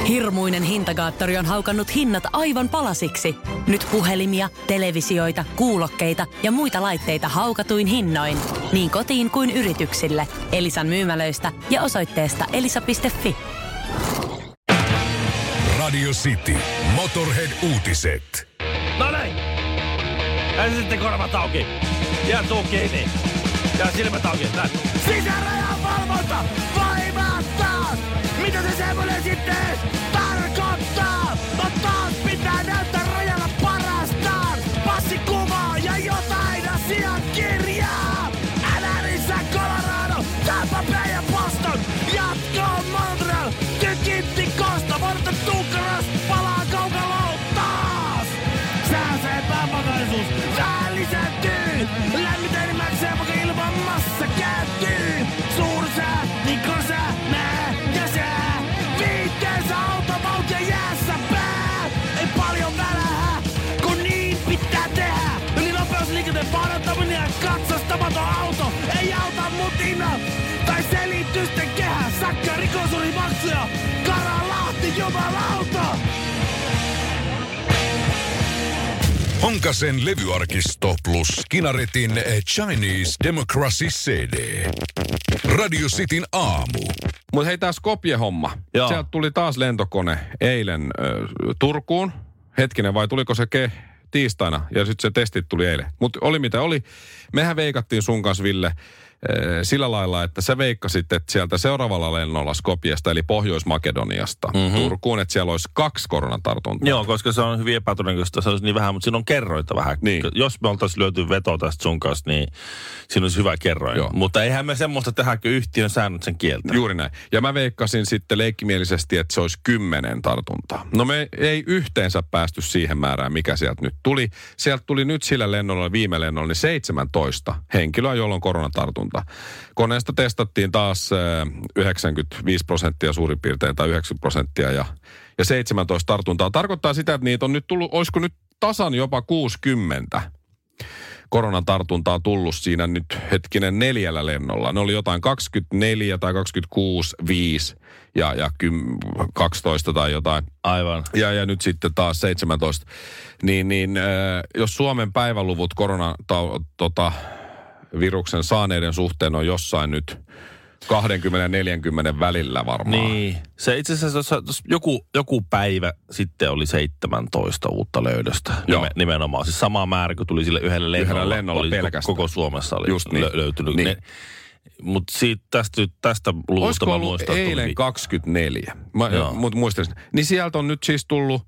Hirmuinen hintakaattori on haukannut hinnat aivan palasiksi. Nyt puhelimia, televisioita, kuulokkeita ja muita laitteita haukatuin hinnoin. Niin kotiin kuin yrityksille. Elisan myymälöistä ja osoitteesta elisa.fi. Radio City. Motorhead-uutiset. No näin. Ja sitten korvat auki. Ja suu kiinni. Ja silmät auki. Näin. Sisärajan valvonta! Voimattaa! Mitä se semmoinen sitten tarkoittaa? No taas pitää näyttää rajalla parastaan. Passi kuvaa ja jotain asiakirjaa. NRissä Colorado, Tampa Bay ja Boston. Jatkoon Montreal, tykitti Kosta. Vuotta Tukras palaa kaukaloon taas. Sääseen pääpakaisuus, sää lisääntyy. Lämmitelmäkseen vaikka ilman massa kääntyy. Suursää, mikrosää, nää ja sää. Viitteensä autovauhti ja jäässä pää. Ei paljon välähä, kun niin pitää tehdä. Ylinopeusliikenteen parantaminen ja katsastamaton auto. Ei auta mutina tai selitysten kehä. Sakka rikosurimaksuja, Karalahti jumalauta. Honkasen levyarkisto plus Kinaretin Chinese Democracy CD. Radio Cityn aamu. Mutta hei, tää Skopje-homma. Joo. Sieltä tuli taas lentokone eilen Turkuun. Hetkinen, vai tuliko se tiistaina? Ja sitten se testit tuli eilen. Mutta oli mitä oli. Mehän veikattiin sun kanssa, Ville, sillä lailla, että sä veikkasit, että sieltä seuraavalla lennolla Skopjesta, eli Pohjois-Makedoniasta Turkuun, että siellä olisi 2 koronatartuntaa. Joo, koska se on hyvin epätodennäköistä, se olisi niin vähän, mutta siinä on kerroita vähän. Niin. Jos me oltaisiin löyty veto tästä sun kanssa, niin siinä olisi hyvä kerroin. Joo. Mutta eihän me semmoista tehdä, kun yhtiön säännöt sen kieltä. Juuri näin. Ja mä veikkasin sitten leikkimielisesti, että se olisi 10 tartuntaa. No me ei yhteensä päästy siihen määrään, mikä sieltä nyt tuli. Sieltä tuli nyt sillä lennolla, viime lennolla, niin 17 henkilöä, jolla on koronatartunta. Koneesta testattiin taas 95% suurin piirtein tai 90% ja 17 tartuntaa. Tarkoittaa sitä, että niitä on nyt tullut, olisiko nyt tasan jopa 60 koronatartuntaa tullut siinä nyt 4 lennolla. Ne oli jotain 24 tai 26, 5 ja 12 tai jotain. Aivan. Ja nyt sitten taas 17. Jos Suomen päiväluvut viruksen saaneiden suhteen on jossain nyt 20 ja 40 välillä varmaan. Niin. Se itse asiassa joku päivä sitten oli 17 uutta löydöstä. Nimenomaan. Siis sama määrä, kun tuli sille yhdellä lennolla oli pelkästään. Koko Suomessa oli just niin. Löytynyt. Niin. Mutta tästä luvusta olisiko mä ollut muistan. eilen 24? Mutta muistelin. Niin sieltä on nyt siis tullut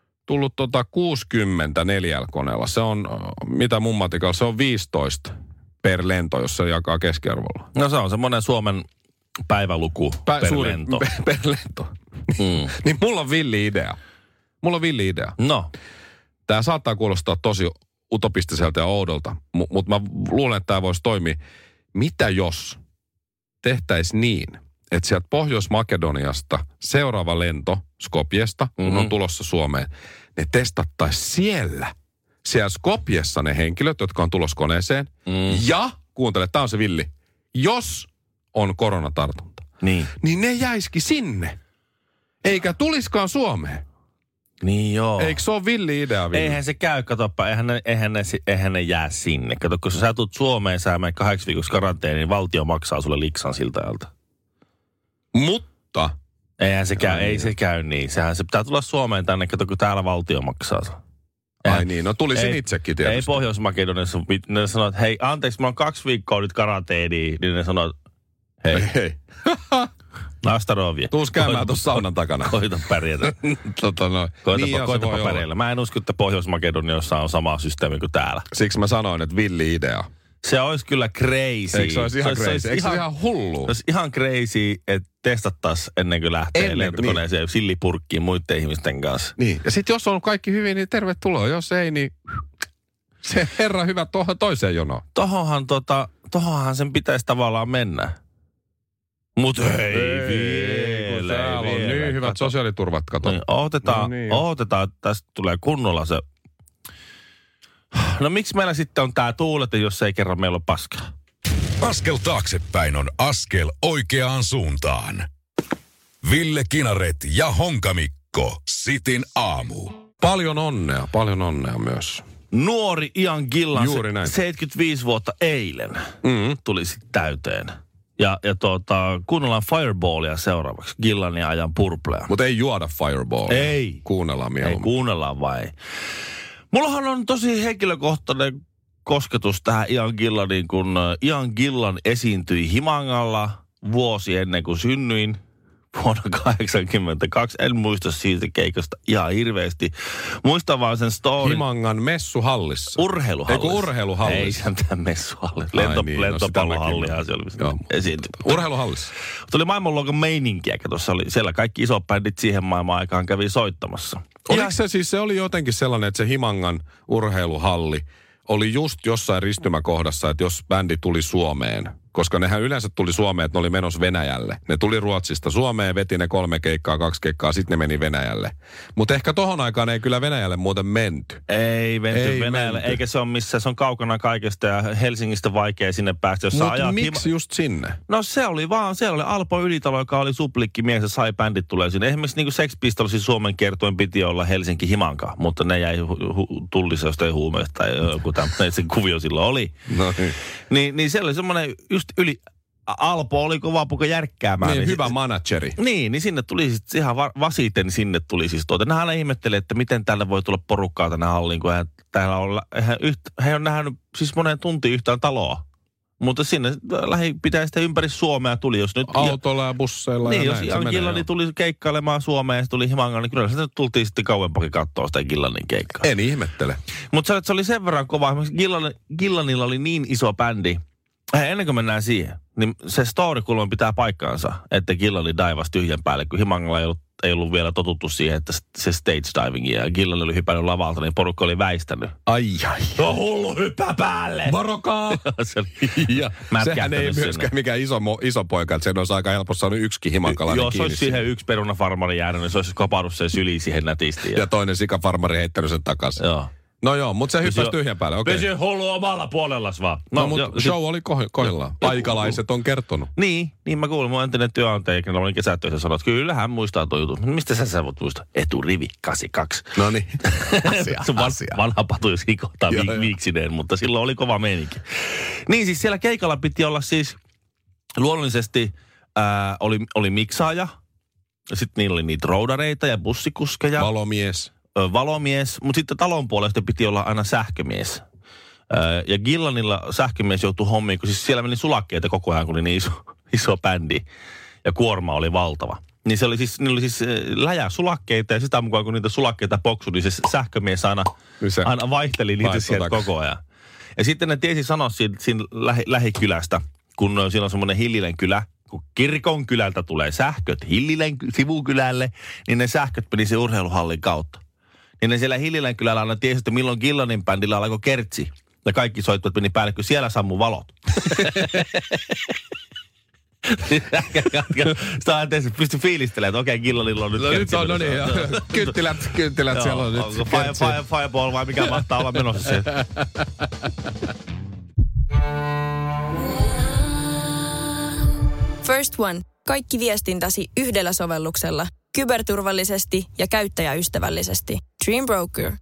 64 koneella. Se on, mitä mun matikalla, se on 15 per lento, jos se jakaa keskiarvolla. No se on semmoinen Suomen päiväluku per lento. Per lento. Niin mulla on villi idea. No. Tää saattaa kuulostaa tosi utopistiselta ja oudolta, mutta mä luulen, että tää voisi toimia. Mitä jos tehtäisiin niin, että sieltä Pohjois-Makedoniasta seuraava lento Skopjesta, kun on tulossa Suomeen, ne testattaisiin siellä Skopjessa ne henkilöt, jotka on tulossa koneeseen. Ja, kuuntele, tää on se villi, jos on koronatartunta, niin ne jäisikin sinne. Eikä tuliskaan Suomeen. Niin joo. Eikö se ole villi idea? Eihän se käy, katoppa, eihän ne jää sinne. Kato, kun sä tulet Suomeen, sä menet 8 viikossa karanteeniin, niin valtio maksaa sulle liksan siltä ajalta. Mutta Eihän se käy, ei se käy niin. Sehän se pitää tulla Suomeen tänne, kato, kun täällä valtio maksaa sen. Ai niin, no tulisin itsekin tietysti. Ei Pohjois-Makedoniassa, ne sanoo, että hei, anteeksi, mä oon 2 viikkoa nyt karanteeniin. Niin ne sanoo, hei. Nastarovia. Tuus käymään tuossa saunan takana. Koita pärjätä. Koitapa pärjätä. Mä en usko, että Pohjois-Makedoniassa on sama systeemi kuin täällä. Siksi mä sanoin, että villi idea. Se olisi kyllä crazy. Eikö se olisi ihan crazy? Eikö se olisi ihan hullu? Se olisi ihan crazy, että testattaisiin ennen kuin lähtee lentokoneeseen sillipurkkiin muiden ihmisten kanssa. Niin. Ja sitten jos on kaikki hyvin, niin tervetuloa. Jos ei, niin se herra hyvä tuohon toiseen jonoon. Tohonhan sen pitäisi tavallaan mennä. Mutta ei vielä. Täällä on niin hyvät sosiaaliturvat, kato. Niin, odotetaan, että tästä tulee kunnolla se. No miksi meillä sitten on tää tuulete, jos ei kerran meillä ole paskaa? Askel taaksepäin on askel oikeaan suuntaan. Ville Kinaret ja Honkamikko. Sitin aamu. Paljon onnea myös. Nuori Ian Gillan, Juuri näin. 75 vuotta eilen, tuli sitten täyteen. Ja kuunnellaan Fireballia seuraavaksi, Gillanin ajan Purplea. Mutta ei juoda Fireballia. Ei. Kuunnellaan mieluummin. Ei, kuunnellaan vai. Mullahan on tosi henkilökohtainen kosketus tähän Ian Gillaniin, kun Ian Gillan esiintyi Himangalla vuosi ennen kuin synnyin. Vuonna 1982. En muista siitä keikasta ihan hirveästi. Muistan vaan sen story. Himangan messuhallissa. Urheiluhallissa. Eikö urheiluhallissa? Ei sentään messuhallissa. Lentopallohallihan se oli esiintynyt. Urheiluhallissa. Tuli maailmanluokan meininkiä, tuossa oli siellä kaikki isot bändit siihen maailman aikaan kävi soittamassa. Oliko se siis, se oli jotenkin sellainen, että se Himangan urheiluhalli oli just jossain ristymäkohdassa, että jos bändi tuli Suomeen, koska nehän yleensä tuli Suomeen, että ne oli menossa Venäjälle. Ne tuli Ruotsista Suomeen, veti ne 3 keikkaa, 2 keikkaa, sitten ne meni Venäjälle. Mutta ehkä tohon aikaan ei kyllä Venäjälle muuten menty. Ei Venäjälle, eikä se ole missään, se on kaukana kaikesta ja Helsingistä vaikea sinne päästä. Mutta miksi just sinne? No se oli vaan, siellä oli Alpo Ylitalo, joka oli suplikkimies ja sai bändit tulee sinne. Esimerkiksi niin kuin Sex Pistolsin Suomen kertoen piti olla Helsinki Himanka, mutta ne jäi tullissa jostain huumeesta tai joku tämmöinen, se kuvio silloin oli. No niin. Niin siellä oli semmoinen just yli, Alpo oli kova puka järkkäämään. Niin hyvä manageri. Niin sinne tuli sitten ihan vasiten sinne tuli siis Nehän aina ihmettelee, että miten tälle voi tulla porukkaa tänne halliin, kun he on nähnyt siis moneen tuntiin yhtään taloa. Mutta sinne pitää sitä ympäri Suomea tuli, jos nyt... Autolla ja busseilla niin, ja jos Ian Gillani tuli keikkailemaan Suomeen ja se tuli Himangaan, niin kyllä se tultiin sitten kauempakin katsoa sitä Gillanin keikkaa. En ihmettele. Mutta se oli sen verran kova. Esimerkiksi Gillanilla oli niin iso bändi. Ennen kuin mennään siihen, niin se story-kulma pitää paikkaansa, että Gillani daivasi tyhjän päälle, kun Himangalla ei ollut vielä totuttu siihen, että se stage divingia ja Gillani oli hypännyt lavalta, niin porukka oli väistänyt. Ai. No hullu hyppää päälle! Varokaa! Sehän ei myöskään mikään iso poika, että sen olisi aika helposti saanut yksikin himankalainen kiinni. Jos olisi siihen yksi perunafarmari jäänyt, niin se olisi kopannut sen syliin siihen nätisti. Ja toinen sikafarmari heittänyt sen takaisin. Joo. No joo, mutta se hyppäsi tyhjän päälle, okei. Pysy hullu omalla puolellas vaan. No mutta show oli kohdillaan. Paikalaiset on kertonut. Niin mä kuulin. Mun entinen työnantaja, kun olin kesätöissä, sanoi, että kyllä hän muistaa tuo jutun. Mistä sä voit muistaa? Eturivi 82. No niin, asia. Vanha patu, jos hikohtaa viiksineen, mutta silloin oli kova meininki. Niin siis siellä keikalla piti olla siis luonnollisesti oli miksaaja. Sitten niillä oli niitä roudareita ja bussikuskeja. Valomies, mutta sitten talon puolesta piti olla aina sähkömies. Ja Gillanilla sähkömies joutui hommiin, kun siis siellä meni sulakkeita koko ajan, kun oli niin iso bändi. Ja kuorma oli valtava. Niin niillä oli siis läjää sulakkeita ja sitä mukaan, kun niitä sulakkeita poksui, niin se sähkömies aina vaihteli niitä sieltä koko ajan. Ja sitten ne tiesi sanoa siinä lähikylästä, kun siinä on semmoinen Hillilän kylä, kun kirkon kylältä tulee sähköt Hillilän sivukylälle, niin ne sähköt meni se urheiluhallin kautta. Niin ne siellä Hillilän kylällä aina tiesi, että milloin Gillanin bändillä alkoi kertsi. Ja kaikki soittuvat meni päälle, kun siellä sammu valot. Sitä on tietysti pysty fiilistelemään, että okei, Gillanilla on nyt kertsi. No niin, kynttilät siellä on nyt kertsi. Fireball vai mikä mahtaa olla menossa se. First One. Kaikki viestintäsi yhdellä sovelluksella. Kyberturvallisesti ja käyttäjäystävällisesti. Dream Broker.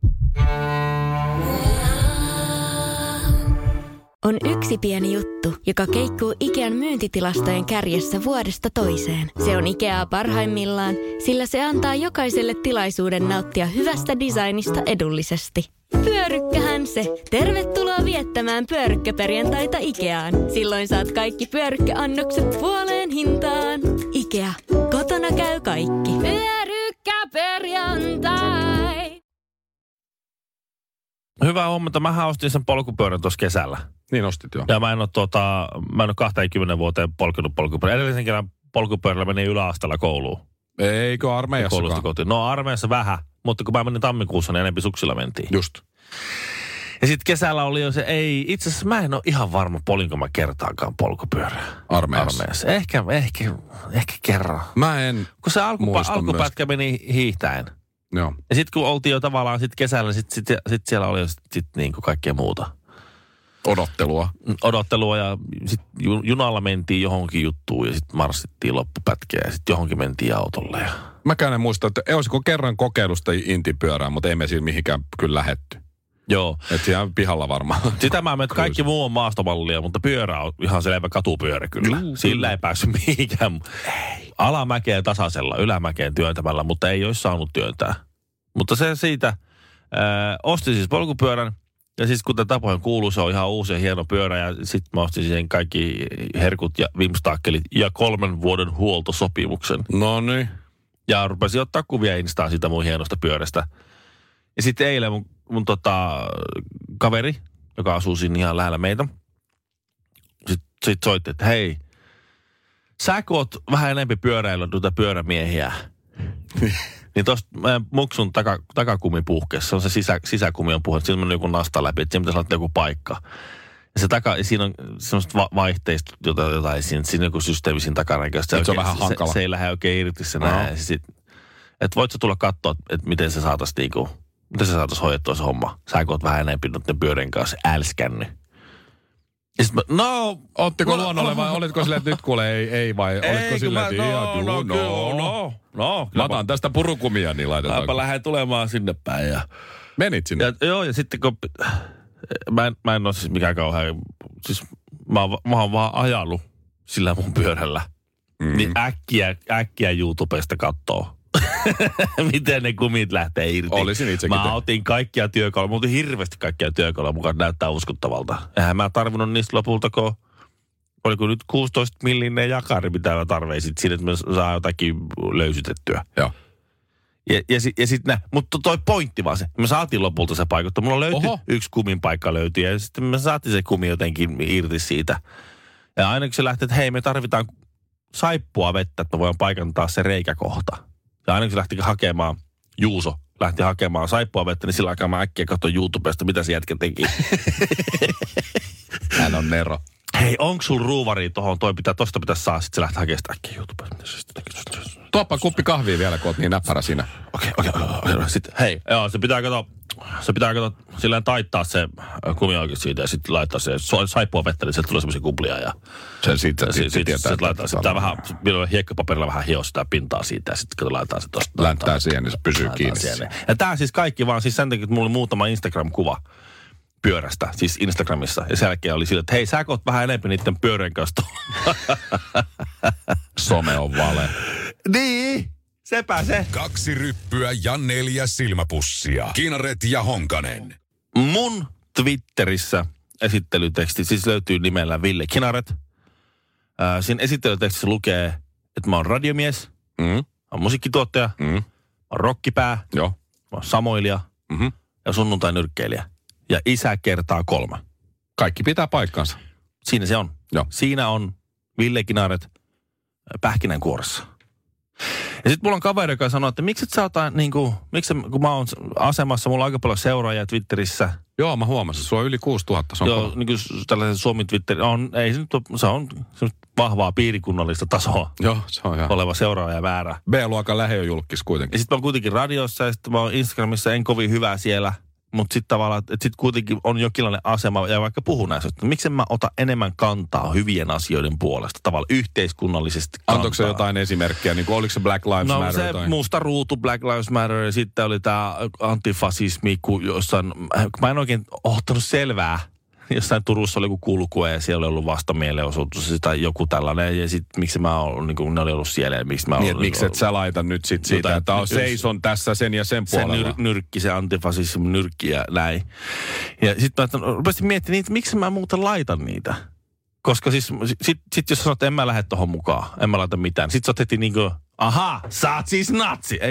On yksi pieni juttu, joka keikkuu Ikean myyntitilastojen kärjessä vuodesta toiseen. Se on Ikeaa parhaimmillaan, sillä se antaa jokaiselle tilaisuuden nauttia hyvästä designista edullisesti. Pyörykkähän se! Tervetuloa viettämään pyörykkäperjantaita Ikeaan. Silloin saat kaikki pyörykkäannokset puoleen hintaan. Ikea. Kotona käy kaikki. Pyörykkäperjantai! Hyvää huomenta. Mähän ostin sen polkupyörän tuossa kesällä. Niin ostit jo. Ja mä en ole 20 vuoteen polkenut polkupyörän. Edellisen kerran polkupyörällä meni yläasteella kouluun. Eikö armeijassakaan? No armeijassa vähän, mutta kun mä menin tammikuussa, niin enempi suksilla mentiin. Just. Ja sitten kesällä oli jo se, itse asiassa mä en ole ihan varma, polinko mä kertaakaan polkupyörää. Armeijassa. Ehkä kerran. Mä en kun se alkupätkä meni hiihtäen. Joo. Ja sitten kun oltiin jo tavallaan sit kesällä, sit siellä oli jo sit niinku kaikkea muuta. Odottelua ja sitten junalla mentiin johonkin juttuun ja sitten marssittiin loppupätkiä ja sitten johonkin mentiin autolle. Ja... Mäkään en muista, että olisiko kerran kokeilusta intipyörää, mutta ei me siinä mihinkään kyllä lähetty. Joo. Että siellä on pihalla varmaan. Sitä mä menen, kaikki muu on maastomallia, mutta pyörä on ihan selvä katupyörä kyllä. Sillä ei päässyt mihinkään. Alamäkeen tasaisella, ylämäkeen työntämällä, mutta ei olisi saanut työntää. Mutta se siitä, ostin siis polkupyörän. Ja siis kuten tapoihin kuuluu, se on ihan uusi ja hieno pyörä. Ja sitten mä ostin siihen kaikki herkut ja vimstaakkelit ja 3 vuoden huoltosopimuksen. No niin. Ja rupesin ottaa kuvia Instaan siitä mun hienosta pyörästä. Ja sitten eilen mun kaveri, joka asuu siinä ihan lähellä meitä, sit soitti, että hei, sä kun oot vähän enempi pyöräillyt tuota pyörämiehiä, niin tosta muksun takakumi puhkesi. Se on se sisäkumi on puhkesi. Siinä on joku nasta läpi, että siinä pitäisi olla joku paikka. Ja siinä on semmoista vaihteista, jotain siinä on joku systeemi siinä takana. Se on vähän hankala. Se ei lähde oikein irti se näin. Että voit sä tulla katsoa, että miten se saataisiin hoidettua se homma. Sä kun oot vähän enemmän noiden pyörien kanssa älskännyt. Ja sit Ottiko luonnolle vai olitko silleen, että nyt kuule ei vai olitko silleen, että mä otan tästä purukumia, niin laitetaan. Mä lähden tulemaan sinne päin. Ja... Menit sinne? Ja sitten kun... Mä en ole siis mikään kauhean... Siis mä oon vaan ajanut sillä mun pyörällä. Niin äkkiä YouTubesta kattoo. Miten ne kumit lähtee irti. Olisin itsekin. Mä otin kaikkia työkaluja. Mä otin hirveästi kaikkia työkaluja mukaan. Näyttää uskottavalta. Eihän mä tarvinnut niistä lopultakaan. Oliko nyt 16 millinen jakari, mitä mä tarvitsin siinä, että me saa jotakin löysytettyä. Joo. Ja sitten mutta toi pointti vaan se. Me saatiin lopulta se paikka. Mulla löytyi yksi kumin paikka löytyi ja sitten me saatiin se kumi jotenkin irti siitä. Ja ainakin se lähti, että hei, me tarvitaan saippua vettä, että me voidaan paikantaa se reikäkohta. Ja ainakin se lähti hakemaan, Juuso lähti hakemaan saippua vettä, niin sillä aikaa mä äkkiä katsoin YouTubesta, mitä se jätkä teki. Hän on nero. Hei, onko sulla ruuvari tohon, tosta pitäisi saa, sit se lähti hakemaan sitä äkkiä YouTubesta. Tuoppa kuppi kahvia vielä, kun oot niin näppärä siinä. Okei. Sitten, hei, joo, se pitää kato, silleen taittaa se kumi oikein siitä ja sitten laittaa se saippua vettä, niin sieltä tulee semmoisia kuplia ja... Sitten laittaa sitä vähän, hiekkapaperilla vähän hios sitä pintaa siitä ja sitten laittaa se tosta. Länttää siihen, niin se pysyy kiinni. Ja tää siis kaikki vaan, siis sen takia, että mulla oli muutama Instagram-kuva pyörästä, siis Instagramissa. Ja sen jälkeen oli sillä, että hei, sä koot vähän enemmän niiden pyörien kanssa. Some on vale. Niin, sepä se. 2 ryppyä ja 4 silmäpussia. Kinaret ja Honkanen. Mun Twitterissä esittelyteksti, siis löytyy nimellä Ville Kinaret. Siinä esittelytekstissä lukee, että mä oon radiomies, mä oon musiikkituottaja, mä oon rockipää, joo. Mä oon samoilija ja sunnuntai-nyrkkeilijä. Ja isä kertaa 3. Kaikki pitää paikkansa. Siinä se on. Joo. Siinä on Ville Kinaret pähkinänkuoressa. Ja sitten mulla on kaveri, joka sanoo, että miksi et sä ota, kun mä oon asemassa, mulla on aika paljon seuraajia Twitterissä. Joo, mä huomasin, sulla on yli 6000. Se on joo, niin kuin tällaisen Suomi Twitter, se on vahvaa piirikunnallista tasoa. Joo, se on ihan. Oleva seuraajamäärä. B-luokan lähiöjulkis kuitenkin. Ja sitten mä oon kuitenkin radiossa ja sitten mä oon Instagramissa, en kovin hyvää siellä. Mutta sitten tavallaan, että sitten kuitenkin on jokinlainen asema ja vaikka puhun näistä, että miksen mä ota enemmän kantaa hyvien asioiden puolesta, tavallaan yhteiskunnallisesti kantaa. Antoiko se jotain esimerkkiä, niin kuin oliko se Black Lives Matter? No se jotain? Musta ruutu Black Lives Matter ja sitten oli tämä antifasismi, jossain, mä en oikein ottanut selvää. Jossain Turussa oli joku kulkue ja siellä oli ollut vastamielenosoitus tai joku tällainen. Ja sitten miksi mä oon, niin kuin ne oli ollut siellä ja miksi mä oon... Niin, miksi et sä laita nyt sit siitä, että seison tässä sen ja sen puolella. Se nyrkki, se antifasismi nyrkki ja näin. Ja sitten mä rupesin miettimään niitä, miksi mä muuten laitan niitä. Koska siis sit jos sanot, että en mä lähde tohon mukaan, en mä laita mitään. Sitten sä oot heti niinku, ahaa, sä oot siis natsi.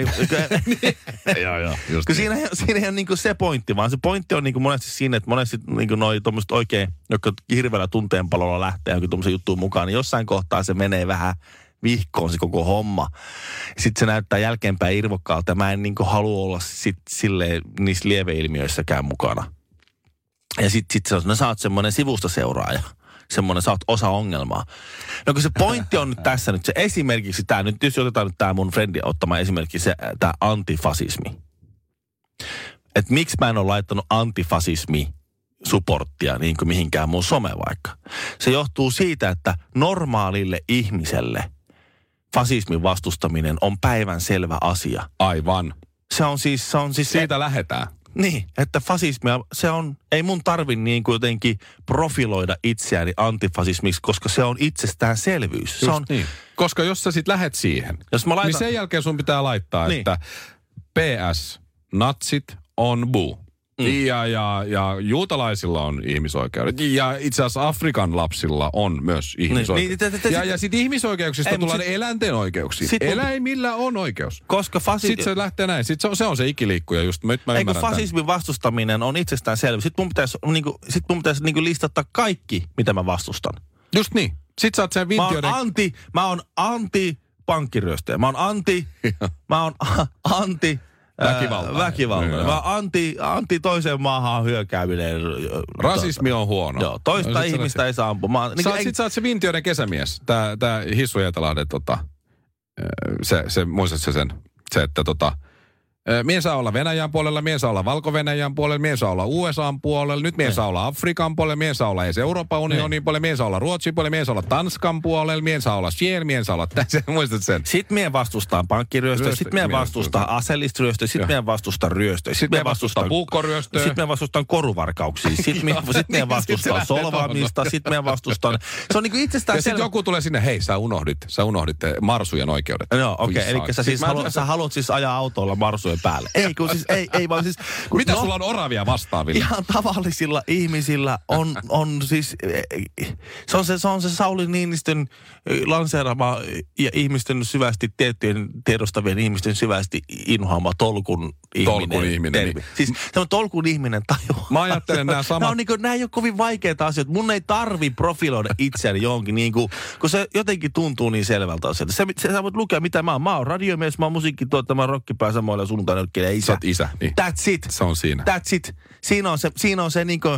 Joo, just niin. Siinä ei ole niinku se pointti, vaan se pointti on niinku monesti siinä, että monesti niinku noi tommoset oikein, jotka hirveällä tunteenpalolla lähtee johonkin tommosen juttuun mukaan, niin jossain kohtaa se menee vähän vihkoon se koko homma. Sitten se näyttää jälkeenpäin irvokkaalta. Mä en niinku halua olla silleen niissä lieveilmiöissäkään mukana. Ja sit sä oot semmoinen sivusta seuraaja. Semmoinen, sä oot osa ongelmaa. No kun se pointti on nyt tässä nyt, se esimerkiksi tämä nyt, jos otetaan nyt tämä mun frendi ottama esimerkki, se tämä antifasismi. Että miksi mä en ole laittanut antifasismi supporttia niin kuin mihinkään mun some vaikka. Se johtuu siitä, että normaalille ihmiselle fasismin vastustaminen on päivänselvä asia. Aivan. Se on siis Siitä lähdetään. Niin, että fasismia, ei mun tarvi niin kuin jotenkin profiloida itseäni antifasismiksi, koska se on itsestäänselvyys. Se on, niin. Koska jos sä sit lähet siihen, niin sen jälkeen sun pitää laittaa, niin. Että PS, natsit on boo. Ja juutalaisilla on ihmisoikeudet. Ja itse asiassa Afrikan lapsilla on myös ihmisoikeudet. Ja sitten ihmisoikeuksista tullaan eläinten oikeuksiin. Eläimillä on oikeus. Koska sitten se lähtee näin. Sitten se on se ikiliikkuja just. Eikö fasismin vastustaminen on itsestään selvä. Sitten mun pitäisi listata kaikki, mitä mä vastustan. Just niin. Sitten sä oot sen vintioiden... Mä oon anti pankkiryöstäjä. Mä oon anti väkivaltainen. Mä anti toiseen maahan hyökkääminen. Rasismi on huono. Joo, toista ihmistä ei saa ampua. Sit sä oot se vintioiden kesämies. Tää Hissu Hietalahden, muistatko sen? Se, että mie saa olla Venäjän puolella, mie saa olla Valko-Venäjän puolella, mie saa olla USAn puolella, nyt mie saa olla Afrikan puolella, mie saa olla edes Euroopan unionin puolella, mie saa olla Ruotsin puolella, mie saa olla Tanskan puolella, mie saa olla siellä, mie saa olla tässä, muistat sen? Sitten mie vastustaa pankkiryöstöä, sitten mie vastustaa aseellista ryöstöä, sitten mie vastustaa ryöstöä, sitten mie vastustaa puukkoryöstöä, sitten mie vastustaa koruvarkauksia, sitten mie vastustaa solvaamista, sitten mie vastustaa. Se on niinku itsestään ja sitten joku tulee sinne, hei, sä unohdit marsujen oikeudet. Joo, okei, eli sä haluat siis ajaa autolla marsujen päälle. Ei vaan siis... Mitä sulla on oravia vastaavilla? Ihan tavallisilla ihmisillä on siis... Se on se Sauli Niinistön lanseerama ja ihmisten syvästi, tiettyjen tiedostavien ihmisten syvästi inhoama tolkun ihminen. Niin. Siis se on tolkun ihminen tajua. Mä ajattelen nämä samat... Nämä ei ole kovin vaikeita asioita. Mun ei tarvi profiloida itseäni johonkin niin kuin, kun se jotenkin tuntuu niin selvältä asialta. Sä voit lukea mitä mä oon. Mä oon radiomies, mä oon musiikkituottaja, mä oon rockipää samoilla sunnuntainyrkkejä isä. Sä oot isä, niin. That's it. Se on siinä. That's it. Siinä on se niinku...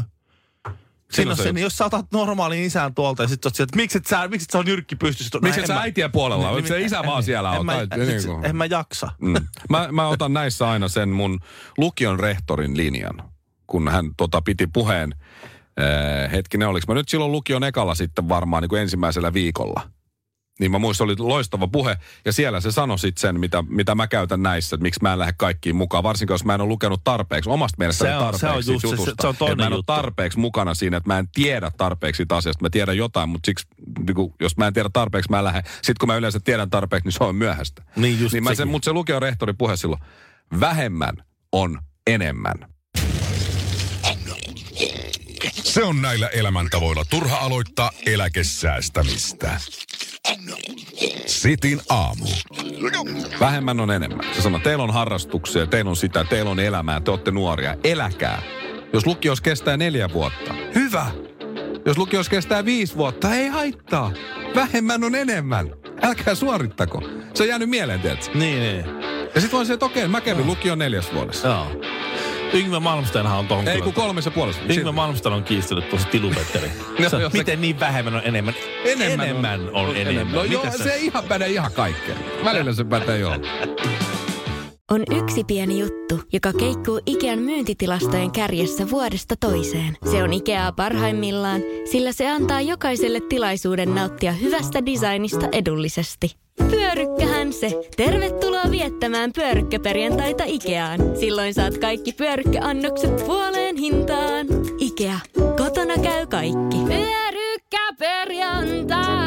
jos sä otat normaalin isän tuolta ja sit sä oot sieltä, että miksi et sä on nyrkki pystyssä? Miksi et sä äitien puolella? Oliko se isä vaan siellä? En mä jaksa. Mä otan näissä aina sen mun lukion rehtorin linjan, kun hän piti puheen. Hetkinen, oliko mä nyt silloin lukion ekalla sitten varmaan niin kuin ensimmäisellä viikolla. Niin mä muistan, oli loistava puhe, ja siellä se sanoi sitten sen, mitä mä käytän näissä, että miksi mä en lähde kaikkiin mukaan, varsinkin jos mä en ole lukenut tarpeeksi, omasta mielestäni tarpeeksi jutusta. Se on toinen mä en ole tarpeeksi mukana siinä, että mä en tiedä tarpeeksi siitä asiasta, mä tiedän jotain, mutta siksi, jos mä en tiedä tarpeeksi, mä lähden. Sitten kun mä yleensä tiedän tarpeeksi, niin se on myöhäistä. Mutta se lukion rehtori puhe silloin, vähemmän on enemmän. Se on näillä elämäntavoilla turha aloittaa eläkesäästämistä. Sitin aamu. Vähemmän on enemmän. Se sanoo, teillä on harrastuksia, teillä on sitä, teillä on elämää, te olette nuoria. Eläkää. Jos lukios kestää 4 vuotta, hyvä. Jos lukios kestää 5 vuotta, ei haittaa. Vähemmän on enemmän. Älkää suorittako. Se on jäänyt mieleen, tiedätkö? Niin. Ja sit voin se, että okei, mä kävin lukion 4 vuodessa. Joo. Yngve Malmstenhan on tohon. Ei kun 3,5. Yngve Malmsten on kiistellyt tuossa Tilupetteri. Miten niin vähemmän on enemmän? Enemmän on enemmän. No joo, se ei ihan päde ihan kaikkea. Välillä se pätee joo. On yksi pieni juttu, joka keikkuu Ikean myyntitilastojen kärjessä vuodesta toiseen. Se on Ikeaa parhaimmillaan, sillä se antaa jokaiselle tilaisuuden nauttia hyvästä designista edullisesti. Pyörykkähän se! Tervetuloa viettämään pyörykkäperjantaita Ikeaan. Silloin saat kaikki pyörykkäannokset puoleen hintaan. Ikea. Kotona käy kaikki. Pyörykkäperjantai!